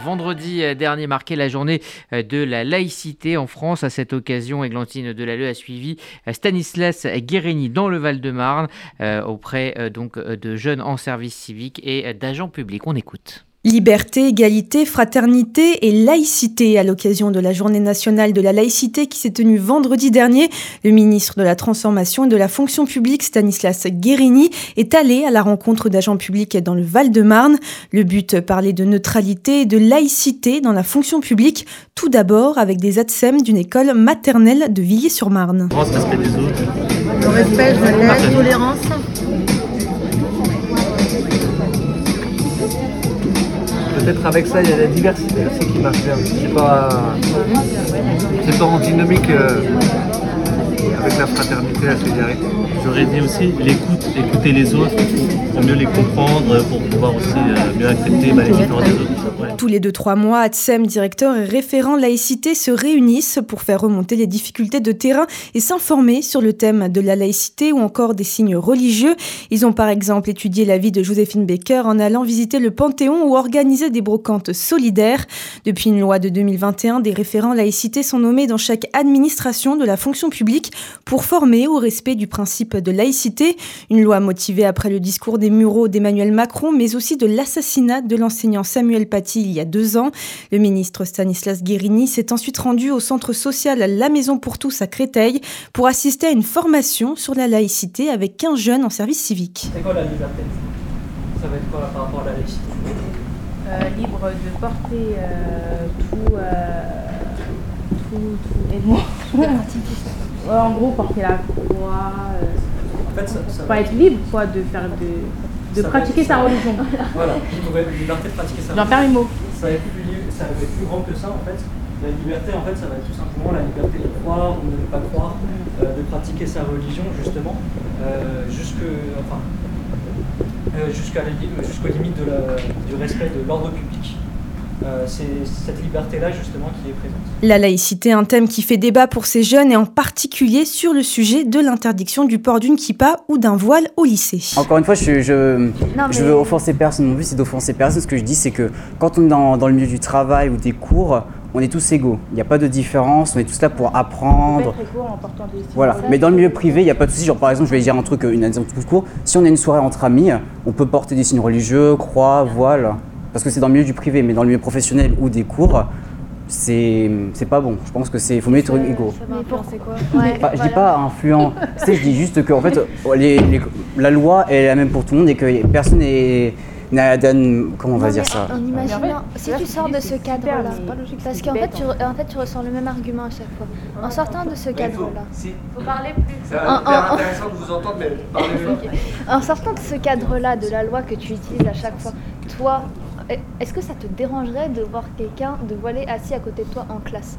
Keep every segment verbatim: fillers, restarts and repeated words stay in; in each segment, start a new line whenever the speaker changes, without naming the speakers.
Vendredi dernier marquait la journée de la laïcité en France. À cette occasion, Églantine Delalleux a suivi Stanislas Guérini dans le Val-de-Marne euh, auprès euh, donc, de jeunes en service civique et d'agents publics. On écoute.
Liberté, égalité, fraternité et laïcité. À l'occasion de la Journée nationale de la laïcité qui s'est tenue vendredi dernier, le ministre de la Transformation et de la Fonction publique, Stanislas Guérini, est allé à la rencontre d'agents publics dans le Val-de-Marne. Le but, parler de neutralité et de laïcité dans la fonction publique. Tout d'abord avec des A T S E M d'une école maternelle de Villiers-sur-Marne.
Le respect des autres.
Le respect de la tolérance.
Peut-être avec ça, il y a la diversité aussi qui marche bien. C'est pas, c'est pas antinomique euh, avec la fraternité, la solidarité.
J'aurais dit aussi l'écoute, écouter les autres pour mieux les comprendre, pour pouvoir aussi euh, mieux accepter bah, les différences des autres. Ouais.
Tous les deux trois mois, A T S E M, directeurs et référents laïcité se réunissent pour faire remonter les difficultés de terrain et s'informer sur le thème de la laïcité ou encore des signes religieux. Ils ont par exemple étudié la vie de Joséphine Baker en allant visiter le Panthéon ou organiser des brocantes solidaires. Depuis une loi de deux mille vingt et un, des référents laïcité sont nommés dans chaque administration de la fonction publique pour former au respect du principe de laïcité. Une loi motivée après le discours des Mureaux d'Emmanuel Macron, mais aussi de l'assassinat de l'enseignant Samuel Paty il y a deux ans. Le ministre Stanislas Guérini s'est ensuite rendu au centre social La Maison pour tous à Créteil pour assister à une formation sur la laïcité avec quinze jeunes en service civique.
C'est quoi la liberté? Ça va être quoi par rapport à la laïcité?
euh, Libre de porter euh, tout, euh, tout, tout, aide-moi. Ouais, en gros, porter la croix. Euh,
en fait, ça, ça
pas
va
être libre, quoi, de faire de, de pratiquer sa religion.
Voilà, liberté de pratiquer sa religion.
J'en perds les mots.
Ça va, être plus, ça va être plus grand que ça en fait. La liberté en fait, ça va être tout simplement la liberté de croire ou de ne pas croire, euh, de pratiquer sa religion justement, euh, jusque, enfin, euh, jusqu'à la, jusqu'aux limites de la, du respect de l'ordre public. Euh, c'est cette liberté-là justement qui est présente.
La laïcité, un thème qui fait débat pour ces jeunes et en particulier sur le sujet de l'interdiction du port d'une kippa ou d'un voile au lycée.
Encore une fois, je, je,
Non,
je
mais...
veux offenser personne. Mon but, c'est d'offenser personne. Ce que je dis, c'est que quand on est dans, dans le milieu du travail ou des cours, on est tous égaux. Il n'y a pas de différence. On est tous là pour apprendre. Voilà. Mais dans le milieu privé, il n'y a pas de souci. Genre, par exemple, je vais dire un truc, une exemple tout court. Si on a une soirée entre amis, on peut porter des signes religieux, croix, voile. Parce que c'est dans le milieu du privé, mais dans le milieu professionnel ou des cours, c'est c'est pas bon. Je pense que c'est faut mieux être égaux.
Mais pour quoi
ouais, bah, je dis pas influent. Tu sais, je dis juste que en fait, les, les, la loi est la même pour tout le monde et que personne n'est n'a comment on va
non,
dire ça.
En imaginant, si tu sors de ce cadre-là, parce qu'en fait, tu, en fait, tu ressens le même argument à chaque fois. En sortant de ce cadre-là,
il
faut parler plus.
C'est intéressant de vous entendre, mais parlez plus.
En sortant de ce cadre-là, de la loi que tu utilises à chaque fois, toi, est-ce que ça te dérangerait de voir quelqu'un de voilé assis à côté de toi en classe,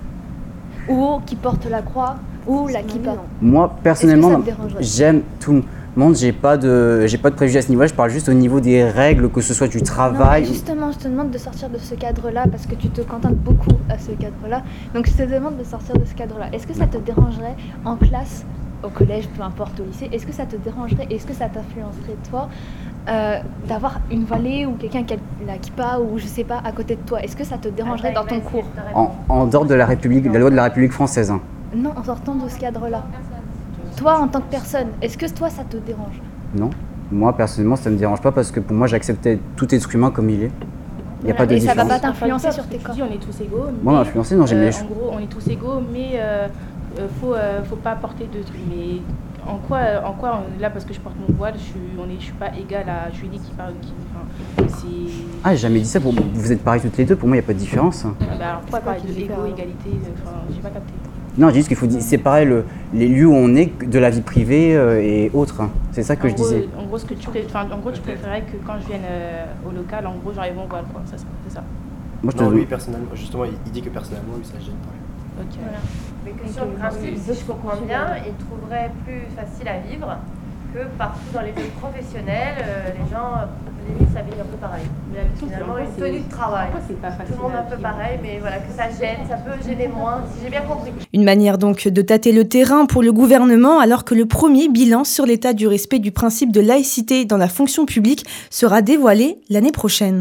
ou qui porte la croix, ou la kippa?
Moi, personnellement, j'aime tout le monde. J'ai pas de, j'ai pas de préjugés à ce niveau-là. Je parle juste au niveau des règles, que ce soit du travail.
Non, justement, je te demande de sortir de ce cadre-là parce que tu te contentes beaucoup à ce cadre-là. Donc, je te demande de sortir de ce cadre-là. Est-ce que ça te dérangerait en classe, au collège, peu importe, au lycée, est-ce que ça te dérangerait, est-ce que ça t'influencerait, toi, euh, d'avoir une voilée ou quelqu'un qui a la kippa ou je sais pas à côté de toi? Est-ce que ça te dérangerait dans ton cours?
En, en dehors de la République, de la loi de la République française. Hein.
Non, en sortant de ce cadre-là. Toi, en tant que personne, est-ce que toi, ça te dérange?
Non. Moi, personnellement, ça ne me dérange pas parce que pour moi, j'acceptais tout être humain comme il est. Il n'y a pas de
et
différence.
Ça ne va pas t'influencer sur tes corps?
On est tous égaux.
Moi, m'influencer, non, j'aime
euh,
les
En gros, on est tous égaux, mais euh, euh, faut, euh, faut pas porter de trucs. Mais en quoi, en quoi on, là, parce que je porte mon voile, je suis, on est, je suis pas égale à Julie qui parle. Qui, enfin, c'est...
Ah, j'ai jamais dit ça. Pour, vous êtes pareils toutes les deux. Pour moi, il n'y a pas de différence.
Ah, bah, alors pourquoi parler de égo, égalité? Enfin, j'ai pas capté.
Non, je dis qu'il faut séparer le, les lieux où on est de la vie privée euh, et autres. C'est ça que
en
je
gros,
disais.
En gros, ce que tu, enfin, en gros, tu préférais que quand je vienne euh, au local, en gros, j'arrive en voile, quoi. Ça, c'est ça.
Moi, je non, lui, personnellement, justement, il, il dit que personnellement, lui, ça gêne pas.
Ok. Voilà.
Mais que sur le principe, si je comprends bien, il trouverait plus facile à vivre que partout dans les pays professionnels, euh, les gens, limite, s'habillent un peu pareil.
Mais la question,
finalement,
c'est
une tenue de travail.
C'est pas facile.
Tout le monde un peu pareil, mais voilà, que ça gêne, ça peut gêner moins, si j'ai bien compris.
Une manière donc de tâter le terrain pour le gouvernement, alors que le premier bilan sur l'état du respect du principe de laïcité dans la fonction publique sera dévoilé l'année prochaine.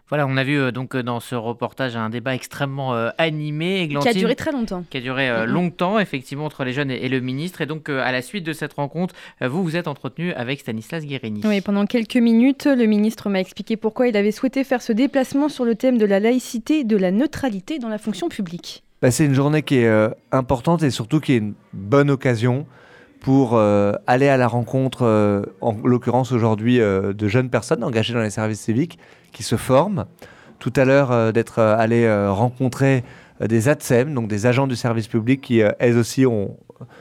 Voilà, on a vu euh, donc euh, dans ce reportage un débat extrêmement euh, animé. Églantine,
qui a duré très longtemps.
Qui a duré euh, mm-hmm. longtemps, effectivement, entre les jeunes et, et le ministre. Et donc, euh, à la suite de cette rencontre, euh, vous vous êtes entretenu avec Stanislas Guerini.
Oui, pendant quelques minutes, le ministre m'a expliqué pourquoi il avait souhaité faire ce déplacement sur le thème de la laïcité et de la neutralité dans la fonction publique.
Bah, c'est une journée qui est euh, importante et surtout qui est une bonne occasion pour euh, aller à la rencontre, euh, en l'occurrence aujourd'hui, euh, de jeunes personnes engagées dans les services civiques qui se forment. Tout à l'heure, euh, d'être euh, allé euh, rencontrer euh, des A T S E M, donc des agents du service public qui, euh, elles aussi, ont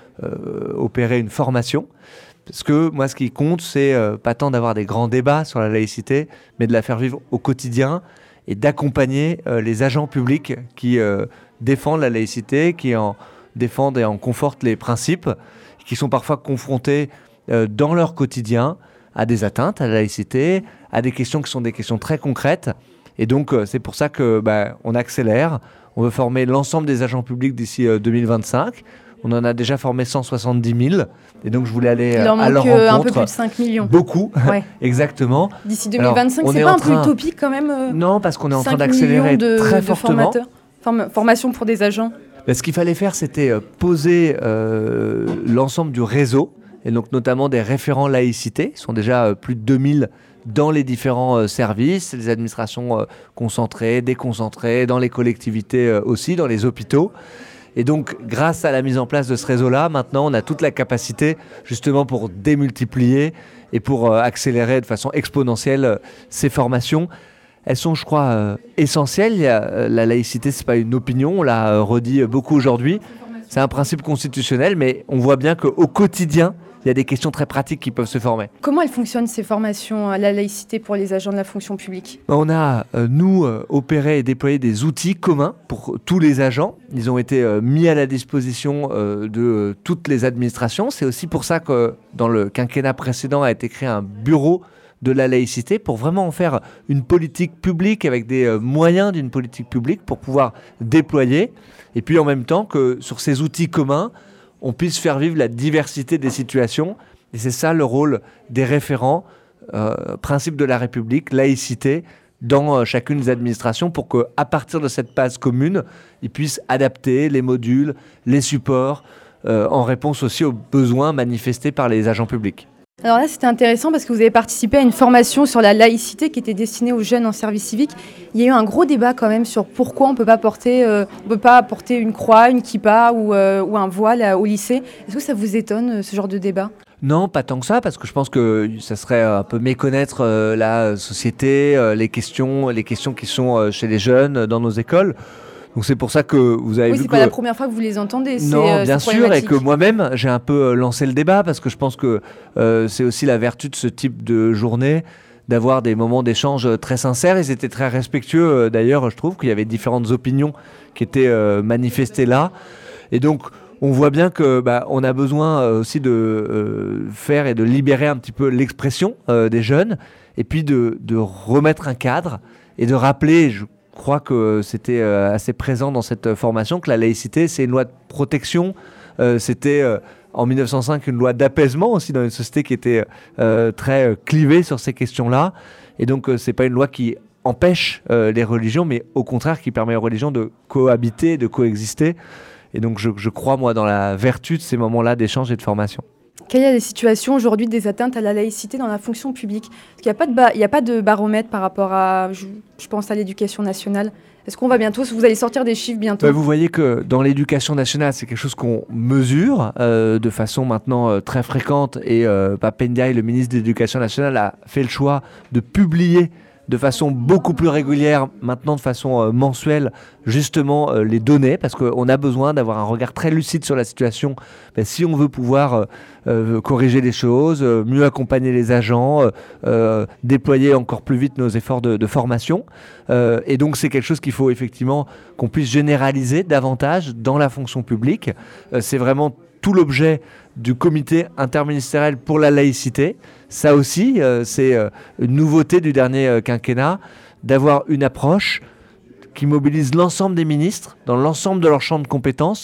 euh, opéré une formation. Parce que moi, ce qui compte, c'est euh, pas tant d'avoir des grands débats sur la laïcité, mais de la faire vivre au quotidien et d'accompagner euh, les agents publics qui euh, défendent la laïcité, qui en défendent et en confortent les principes, qui sont parfois confrontés euh, dans leur quotidien à des atteintes à la laïcité, à des questions qui sont des questions très concrètes. Et donc, euh, c'est pour ça que bah, on accélère. On veut former l'ensemble des agents publics d'ici euh, deux mille vingt-cinq. On en a déjà formé cent soixante-dix mille. Et donc, je voulais aller euh, à leur rencontre. Il leur manque un peu
plus de cinq millions.
Beaucoup, ouais. Exactement.
D'ici deux mille vingt-cinq, Alors, c'est pas un train... peu utopique quand même euh,
Non, parce qu'on est en train d'accélérer de, très
de
fortement.
Form- formation pour des agents.
Ben, ce qu'il fallait faire, c'était euh, poser euh, l'ensemble du réseau, et donc notamment des référents laïcité. Ils sont déjà euh, plus de deux mille dans les différents euh, services, les administrations euh, concentrées, déconcentrées, dans les collectivités euh, aussi, dans les hôpitaux. Et donc, grâce à la mise en place de ce réseau-là, maintenant, on a toute la capacité justement pour démultiplier et pour euh, accélérer de façon exponentielle euh, ces formations. Elles sont, je crois, euh, essentielles. Il y a, euh, la laïcité, c'est pas une opinion, on l'a euh, redit beaucoup aujourd'hui. C'est un principe constitutionnel, mais on voit bien qu'au quotidien, il y a des questions très pratiques qui peuvent se former.
Comment elles fonctionnent, ces formations à la laïcité pour les agents de la fonction publique ?
On a, euh, nous, euh, opéré et déployé des outils communs pour tous les agents. Ils ont été euh, mis à la disposition euh, de euh, toutes les administrations. C'est aussi pour ça que dans le quinquennat précédent a été créé un bureau de la laïcité pour vraiment en faire une politique publique avec des euh, moyens d'une politique publique pour pouvoir déployer. Et puis en même temps que sur ces outils communs, on puisse faire vivre la diversité des situations. Et c'est ça le rôle des référents, euh, principe de la République, laïcité, dans euh, chacune des administrations pour qu'à partir de cette base commune, ils puissent adapter les modules, les supports, euh, en réponse aussi aux besoins manifestés par les agents publics.
Alors là, c'était intéressant parce que vous avez participé à une formation sur la laïcité qui était destinée aux jeunes en service civique. Il y a eu un gros débat quand même sur pourquoi on ne peut pas porter, euh, on peut pas porter une croix, une kippa ou, euh, ou un voile euh, au lycée. Est-ce que ça vous étonne, ce genre de débat ?
Non, pas tant que ça, parce que je pense que ça serait un peu méconnaître euh, la société, euh, les questions, les questions qui sont euh, chez les jeunes euh, dans nos écoles. Donc c'est pour ça que vous avez
oui,
vu
c'est
que...
pas la première fois que vous les entendez.
Non,
c'est, euh,
bien
c'est
sûr, et que moi-même, j'ai un peu lancé le débat, parce que je pense que euh, c'est aussi la vertu de ce type de journée, d'avoir des moments d'échange très sincères. Ils étaient très respectueux, d'ailleurs, je trouve qu'il y avait différentes opinions qui étaient euh, manifestées là. Et donc, on voit bien que bah, on a besoin euh, aussi de euh, faire et de libérer un petit peu l'expression euh, des jeunes, et puis de, de remettre un cadre, et de rappeler... Je, Je crois que c'était euh, assez présent dans cette formation, que la laïcité, c'est une loi de protection. Euh, c'était euh, en mille neuf cent cinq une loi d'apaisement aussi dans une société qui était euh, très euh, clivée sur ces questions-là. Et donc, euh, c'est pas une loi qui empêche euh, les religions, mais au contraire qui permet aux religions de cohabiter, de coexister. Et donc, je, je crois, moi, dans la vertu de ces moments-là d'échange et de formation.
Quelles sont les situations aujourd'hui des atteintes à la laïcité dans la fonction publique ? Parce qu'il n'y a pas de ba- il n'y a pas de baromètre par rapport à, je, je pense, à l'éducation nationale. Est-ce qu'on va bientôt, vous allez sortir des chiffres bientôt ?
Bah, vous voyez que dans l'éducation nationale, c'est quelque chose qu'on mesure euh, de façon maintenant euh, très fréquente. Et euh, Pape Ndiaye, le ministre de l'Éducation nationale, a fait le choix de publier de façon beaucoup plus régulière, maintenant de façon euh, mensuelle, justement euh, les données, parce qu'on a besoin d'avoir un regard très lucide sur la situation. Ben, si on veut pouvoir euh, euh, corriger les choses, euh, mieux accompagner les agents, euh, euh, déployer encore plus vite nos efforts de, de formation. Euh, et donc c'est quelque chose qu'il faut effectivement qu'on puisse généraliser davantage dans la fonction publique. Euh, c'est vraiment tout l'objet du comité interministériel pour la laïcité. Ça aussi, euh, c'est euh, une nouveauté du dernier euh, quinquennat, d'avoir une approche qui mobilise l'ensemble des ministres dans l'ensemble de leur champ de compétences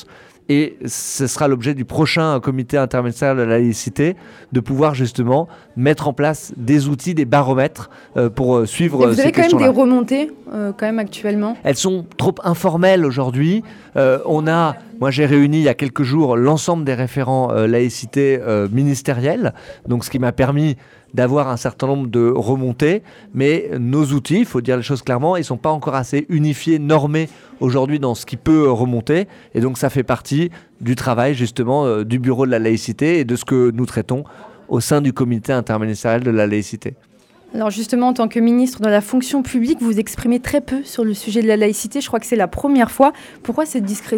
Et ce sera l'objet du prochain comité interministériel de la laïcité, de pouvoir justement mettre en place des outils, des baromètres euh, pour euh, suivre
Et vous
ces
avez quand même
questions-là.
des remontées euh, quand même actuellement.
Elles sont trop informelles aujourd'hui. Euh, on a, moi j'ai réuni il y a quelques jours l'ensemble des référents euh, laïcité euh, ministériels, donc ce qui m'a permis d'avoir un certain nombre de remontées, mais nos outils, il faut dire les choses clairement, ils ne sont pas encore assez unifiés, normés aujourd'hui dans ce qui peut remonter, et donc ça fait partie du travail justement euh, du Bureau de la laïcité et de ce que nous traitons au sein du comité interministériel de la laïcité.
Alors justement, en tant que ministre de la fonction publique, vous vous exprimez très peu sur le sujet de la laïcité. Je crois que c'est la première fois. Pourquoi cette discrétion ?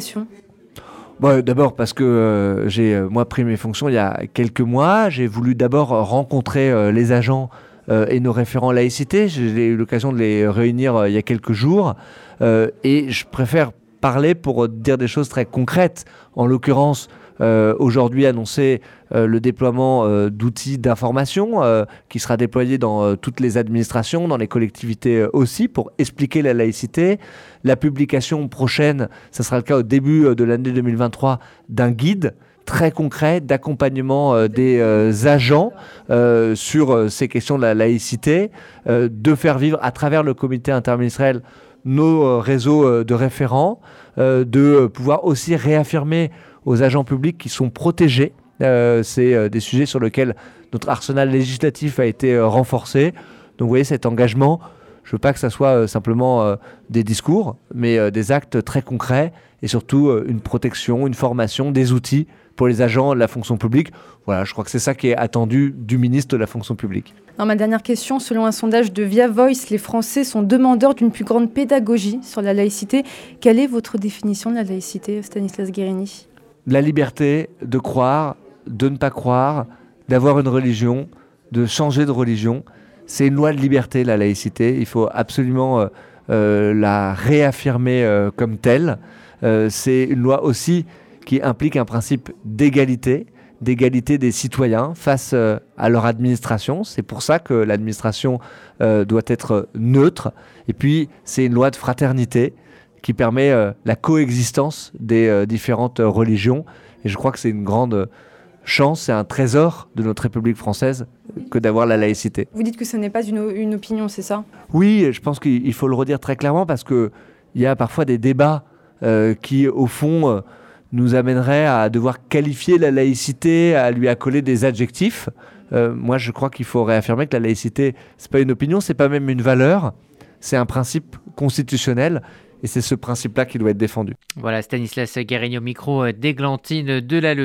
Bon, d'abord parce que euh, j'ai euh, moi pris mes fonctions il y a quelques mois. J'ai voulu d'abord rencontrer euh, les agents euh, et nos référents laïcité. J'ai eu l'occasion de les réunir euh, il y a quelques jours. Euh, et je préfère parler pour dire des choses très concrètes. En l'occurrence, euh, aujourd'hui annoncer euh, le déploiement euh, d'outils d'information euh, qui sera déployé dans euh, toutes les administrations, dans les collectivités euh, aussi, pour expliquer la laïcité. La publication prochaine, ça sera le cas au début euh, de l'année deux mille vingt-trois, d'un guide très concret d'accompagnement euh, des euh, agents euh, sur euh, ces questions de la laïcité, euh, de faire vivre à travers le comité interministériel nos euh, réseaux euh, de référents, euh, de pouvoir aussi réaffirmer aux agents publics qui sont protégés. Euh, c'est euh, des sujets sur lesquels notre arsenal législatif a été euh, renforcé. Donc vous voyez cet engagement, je ne veux pas que ça soit euh, simplement euh, des discours, mais euh, des actes très concrets et surtout euh, une protection, une formation, des outils pour les agents de la fonction publique. Voilà, je crois que c'est ça qui est attendu du ministre de la fonction publique.
Alors, ma dernière question, selon un sondage de Via Voice, les Français sont demandeurs d'une plus grande pédagogie sur la laïcité. Quelle est votre définition de la laïcité, Stanislas Guerini ?
La liberté de croire, de ne pas croire, d'avoir une religion, de changer de religion. C'est une loi de liberté, la laïcité. Il faut absolument euh, euh, la réaffirmer euh, comme telle. Euh, c'est une loi aussi qui implique un principe d'égalité, d'égalité des citoyens face euh, à leur administration. C'est pour ça que l'administration euh, doit être neutre. Et puis, c'est une loi de fraternité qui permet euh, la coexistence des euh, différentes euh, religions. Et je crois que c'est une grande chance, c'est un trésor de notre République française que d'avoir la laïcité.
Vous dites que ce n'est pas une, une opinion, c'est ça ?
Oui, je pense qu'il faut le redire très clairement parce qu'il y a parfois des débats euh, qui, au fond, euh, nous amèneraient à devoir qualifier la laïcité, à lui accoler des adjectifs. Euh, moi, je crois qu'il faut réaffirmer que la laïcité, c'est pas une opinion, c'est pas même une valeur, c'est un principe constitutionnel. Et c'est ce principe-là qui doit être défendu.
Voilà, Stanislas Guerini au micro d'Églantine Delalleux.